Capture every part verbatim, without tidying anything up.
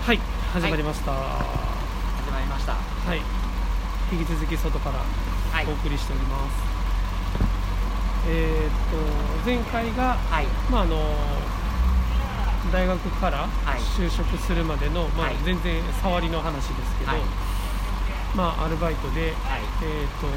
はい、始まりました。は始まりました。 い、引き続き外からはいお送りしております。えーっと前回が、 はいまああの大学からはい就職するまでの、まあはい全然触りの話ですけど、 はいまあアルバイトで、 はいえーっと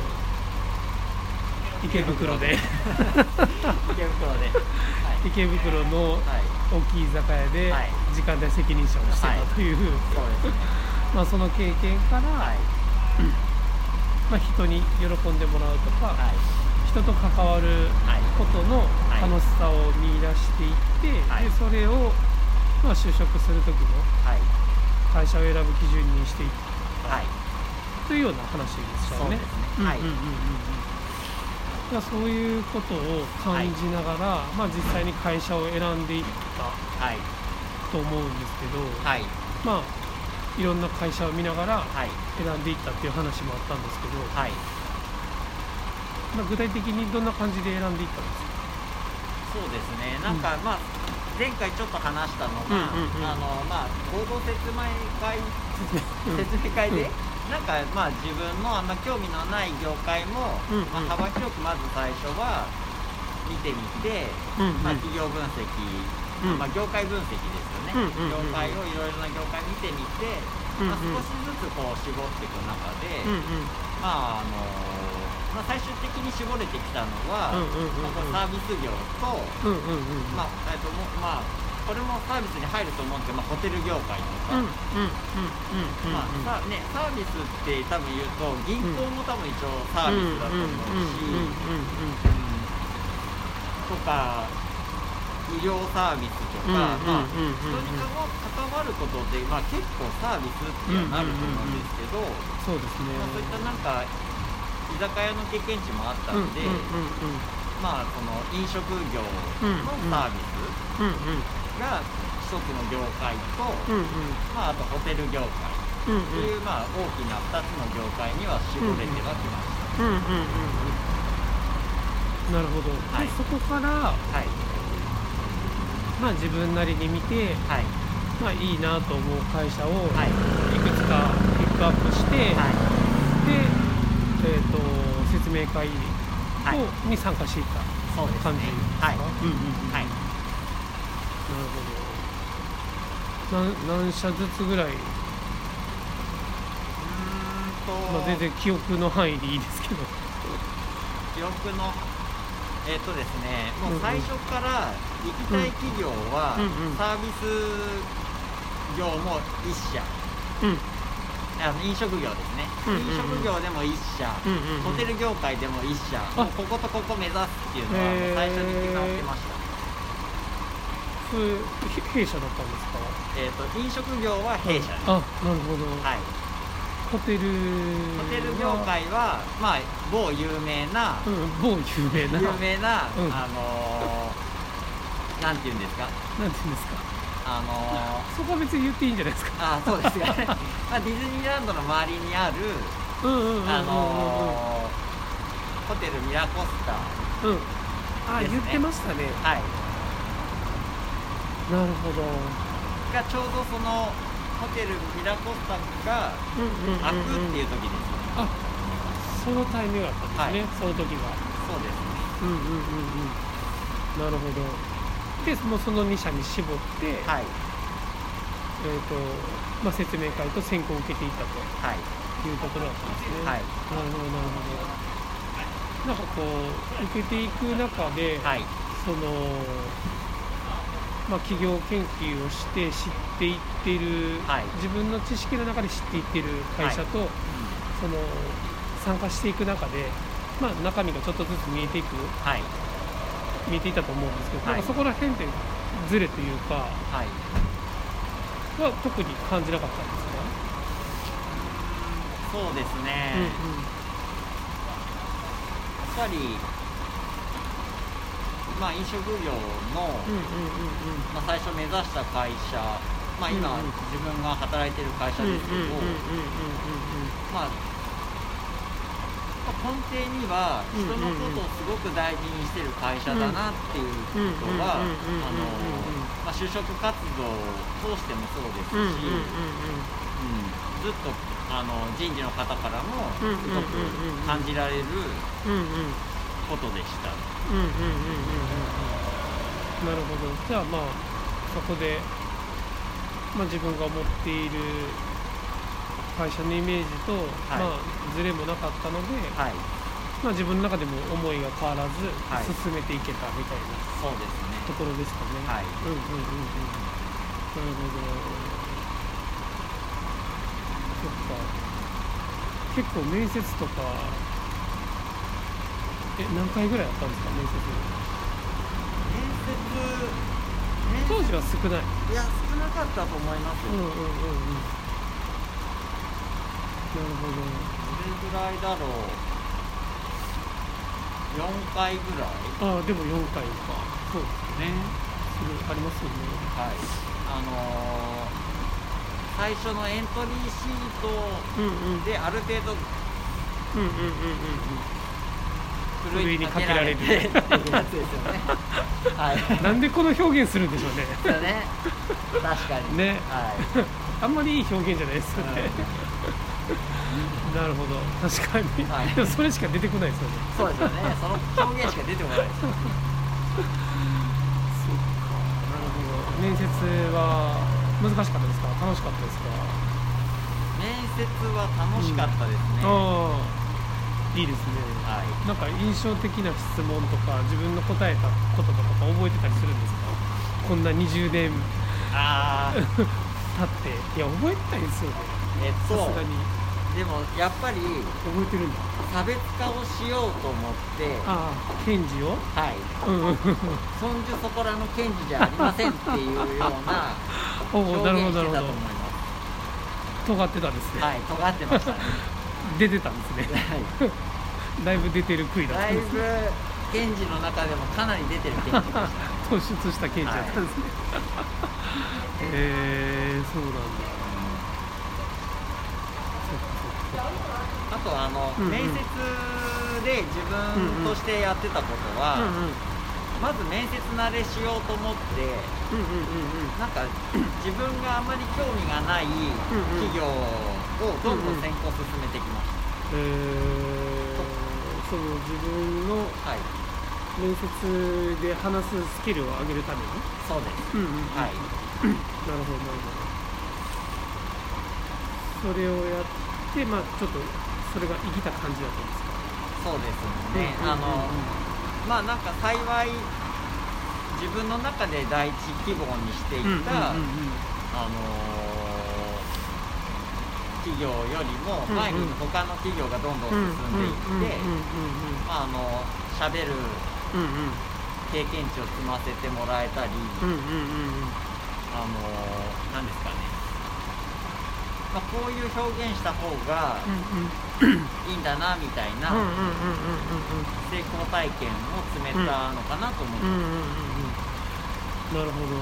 池袋で池袋で、はい池袋のはい大きい居酒屋ではい時間帯責任者をしてたという、 そうですね。 まあその経験から、 はいまあ、人に喜んでもらうとか、 はい人と関わるはいことのはい楽しさを見出していって、 はいでそれを、まあ、就職する時のはい会社を選ぶ基準にしていったはいというような話でしたよね。 そうですね。はいうんうんうんうんだからそういうことを感じながら、まあ、実際に会社を選んでいったはいと思うんですけど、 はいまあいろんな会社を見ながらはい選んでいったっていう話もあったんですけど、 はいまあ、具体的にどんな感じで選んでいったんですか？ そうですね。なんか、まあ前回ちょっと話したのが、 うんうんうんあのまあ合同説明会うん説明会で、 うんなんかまあ自分のあんま興味のない業界も、 うんうんまあ、幅広くまず最初は見てみて、 うんうんまあ、企業分析、 うんまあ、業界分析ですよね、 うんうんうんうん業界をいろいろな業界見てみて、まあ、 うんうん少しずつこう絞っていく中で、 うんうんまああのまあ、最終的に絞れてきたのは、 うんうんうんうんまあこうサービス業と、 うんうんうんまあえっともまあこれもサービスに入ると思うんですけど、まあ、ホテル業界とか、 うんうんうんうんまあさね、サービスって多分言うと銀行も多分一応サービスだと思うし、とか医療サービスとか、まあ人に関わることで、まあ、結構サービスってはなると思うんですけど、 そうですね。 まあ、そういったなんか居酒屋の経験値もあったんで、まあその飲食業のサービスうんうんが一つの業界と、 うんうんまあ、あとホテル業界うんっていう、まあ、大きなふたつの業界には絞れてはきました。 うんうんうんなるほど。 はいでそこからはいまあ自分なりに見て、 はいまあいいなと思う会社をはいいくつかピックアップして、 はいで、えー、と説明会を、 はいに参加していったそうですね感じですか？ はいうんうんうんはいなるほど。何何社ずつぐらい、 うーんと、 まあ、全然記憶の範囲でいいですけど。 記憶のえっ、とですね、もうんううん最初から行きたい企業は、 うんうんサービス業も一社、 うんあの飲食業ですね、 うんうんうん飲食業でも一社、 うんうんうんホテル業界でも一社、 あもうこことここ目指すっていうのはもう最初に決まってました。 それへ弊社だったんですか？ えっ、と飲食業は弊社です。 あ、なるほど。 はい。 ホテルホテル業界はまあ某有名な、 うん、某有名な有名な、 うんあのー、なんていうんですか、 なんていうんですか、 あのそこは別に言っていいんじゃないですか。 ー、あそうですね。まあディズニーランドの周りにある、 うんうんうんうんうんうんあのー、ホテルミラコスタ、 うんあ、 ですね言ってましたね。 はい、 なるほど。 がちょうどそのホテルミラコスタがうんうんうんうん開くっていう時です。 あ、そのタイミングだったんですね、 はいその時は。 そうですね。 うんうんうんうんなるほど。でもうそのに社に絞って、 はいえーとまあ、説明会と選考を受けていったとはいいうところだったんですね。 はいなるほどなるほど。なんかこう受けていく中で、 はいそのまあ、企業研究をして知っていっている、 はい自分の知識の中で知っていっている会社と、その参加していく中で、まあ、中身がちょっとずつ見えていくはい見えていたと思うんですけど、 はいなんかそこら辺でズレというかはいは特に感じなかったんですか？ そうですね。 うんうんやっぱりまあ飲食業の、 うんうんうんまあ、最初目指した会社、まあ、今、 うんうん自分が働いてる会社うんですけど、 うんうんうんうんまあ根底には人のことをすごく大事にしてる会社だなっていうことは就職活動を通してもそうですし、うん、ずっとあの人事の方からもすごく感じられることでした。 なるほど。じゃあまあそこで、まあ、自分が持っている会社のイメージと、はい、まあ、ズレもなかったので、はい、まあ、自分の中でも思いが変わらず進めていけたみたいな、 そうですね、 ところですかね。はい、うんうんうんうん。なるほど。そっか。結構面接とかえ何回ぐらいあったんですか、面接。 面接当時は少ない。 いや少なかったと思います。 うんうんうんうん。なるほど。 どれぐらいだろう。よんかいぐらい。 ああ、でもよんかいか。そうですね。それありますよね。 はい。あのー、最初のエントリーシートである程度、 うんうんうんうんうん。 ふるいにかけられるっていうやつですよね。はい。 なんでこの表現するんでしょうね。 そうね。確かに。 ね。 はい。 あんまりいい表現じゃないですよね。なるほど、確かに、はい、でもそれしか出てこないですよね。 そうですよね、その表現しか出てこないです。そっか、 なるほど。面接は難しかったですか、楽しかったですか。 面接は楽しかったですね。 うん、ああ、いいですね。 はい。 なんか印象的な質問とか、自分の答えたこととか覚えてたりするんですか。こんなにじゅうねんあ経って、いや覚えてないですよね。 えっと。さすがに。 でもやっぱり覚えてるんだ。 差別化をしようと思って、 ああ、検事を、 はい、そんじょそこらの検事じゃありませんっていうような表現してたと思います。 尖ってたんですね。 はい、尖ってましたね。 出てたんですね。はい、だいぶ出てる杭だったんですね。 だいぶ検事の中でもかなり出てる検事でした。 突出した検事だったんですね。はい、えー、そうなんだ。 あとあの、うんうん、面接で自分としてやってたことは、うんうん、まず面接慣れしようと思って、うんうんうんうん、なんか自分があまり興味がない企業をどんどん選考進めてきました。 うんうん、えー、その自分の面接で話すスキルを上げるために。 そうです、うんうんうん、はい。 なるほどなるほど。それをやって、まあちょっとそれが生きた感じだったんですか。 そうですね、うんうんうんうん、あのまあなんか幸い自分の中で第一希望にしていた、うんうんうんうん、あのー、企業よりも前に他の企業がどんどん進んでいってあの喋る経験値を積ませてもらえたり、うんうんうんうん、あのー、なんですかね、まあ、こういう表現した方がいいんだなみたいな成功体験を積めたのかなと思ってます。 なるほど。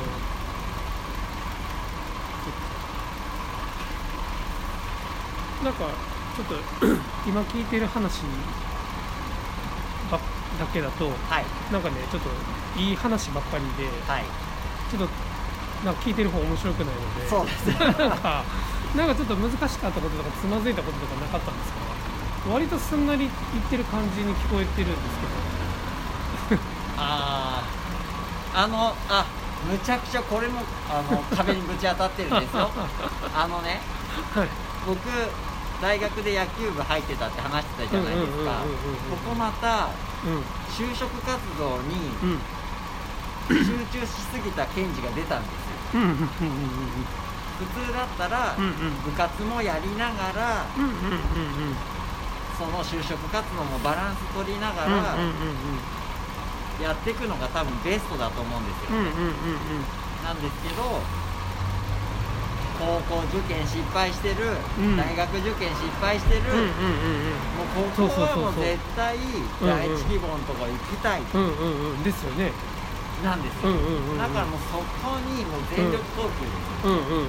なんかちょっと今聞いてる話ばだけだと、はい、なんかねちょっといい話ばっかりで、はい、ちょっとなんか聞いてる方面白くないので、 そうですね。 なんかなんかちょっと難しかったこととかつまずいたこととかなかったんですか。割とすんなり言ってる感じに聞こえてるんですけど。 ああ、あのあむちゃくちゃこれもあの壁にぶち当たってるんですよ。あのね、はい、僕大学で野球部入ってたって話してたじゃないですか。ここまた、うん、就職活動に集中しすぎた検事が出たんですよ。普通だったら、うんうん、部活もやりながら、うんうんうんうん、その就職活動もバランス取りながら、うんうんうんうん、やっていくのが多分ベストだと思うんですよ、うんうんうんうん、なんですけど高校受験失敗してる、うん、大学受験失敗してる、うんうんうんうん、もうここはもう絶対第一希望のところ行きたい、 うんうんうん、ですよね。 なんですよ、 うんうんうんうん、 だからもうそこにもう全力投球ですよ、 うんうんうんうん、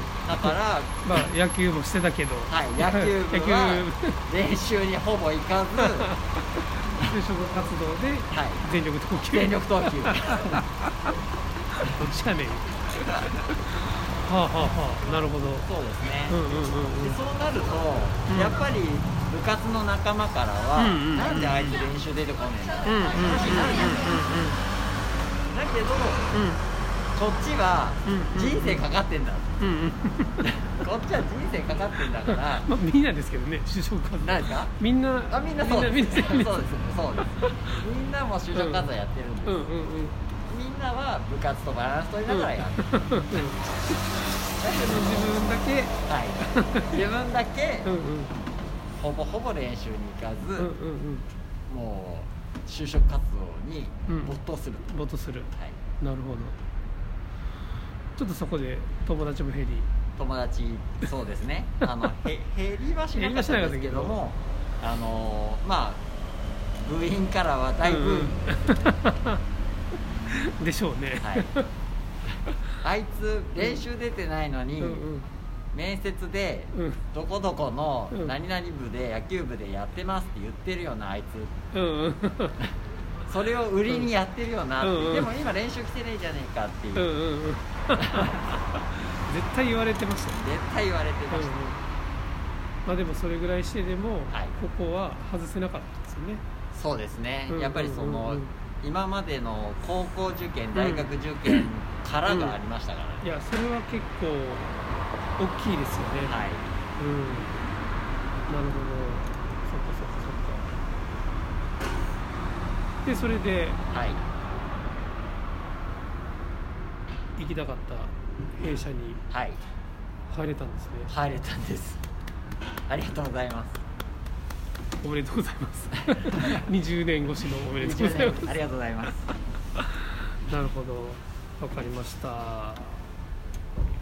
だからまあ野球もしてたけど、 はい、野球部は練習にほぼ行かず就職活動で全力投球、 全力投球どっちやねんはあはあはあ、なるほど。 そうですね、 うんうんうんうん、 でそうなると、 うん、 やっぱり部活の仲間からは、 うんうんうん、 なんであいつ練習出てこねえんだって話になるじゃないですか。だけど、うん、こっちは人生かかってんだ、うんうん、こっちは人生かかってんだからまあみんなですけどね、就職活動何ですか、 みんなあみんなそうです、みんなそうですそうですみんなも就職活動やってるんです、うんうんうんうん、みんなは部活とバランス取りながらやる、うんうん、だけど自分だけ、 はい、自分だけうん、うん、 ほぼほぼ練習に行かず、うんうんうん、もう就職活動に没頭する、 うん、没頭する、 はい、 なるほど。ちょっとそこで友達も減り、 友達そうですねあのへ減りはしなかったんですけども、あのまあ部員からは大ブーム、 うん、でしょうね、 はい、あいつ練習出てないのに、うんうん、面接で、うん、どこどこの何々部で野球部でやってますって言ってるよなあいつ、うんうん、それを売りにやってるよなって、うんうん、でも今練習来てねえじゃねえかっていう、うんうんうん絶対言われてましたね。 絶対言われてました、うんうん、 まあでもそれぐらいしてでも、はい、ここは外せなかったですよね。 そうですね、うんうんうんうん、やっぱりその今までの高校受験大学受験からがありましたから、ねうん、いやそれは結構大きいですよね。 はい、 うん、なるほど、そっかそっかそっか。でそれで、はい、行きたかった弊社に入れたんですね。 入れたんです。ありがとうございます。 おめでとうございますにじゅうねん越しのおめでとうございますありがとうございますなるほど、わかりました。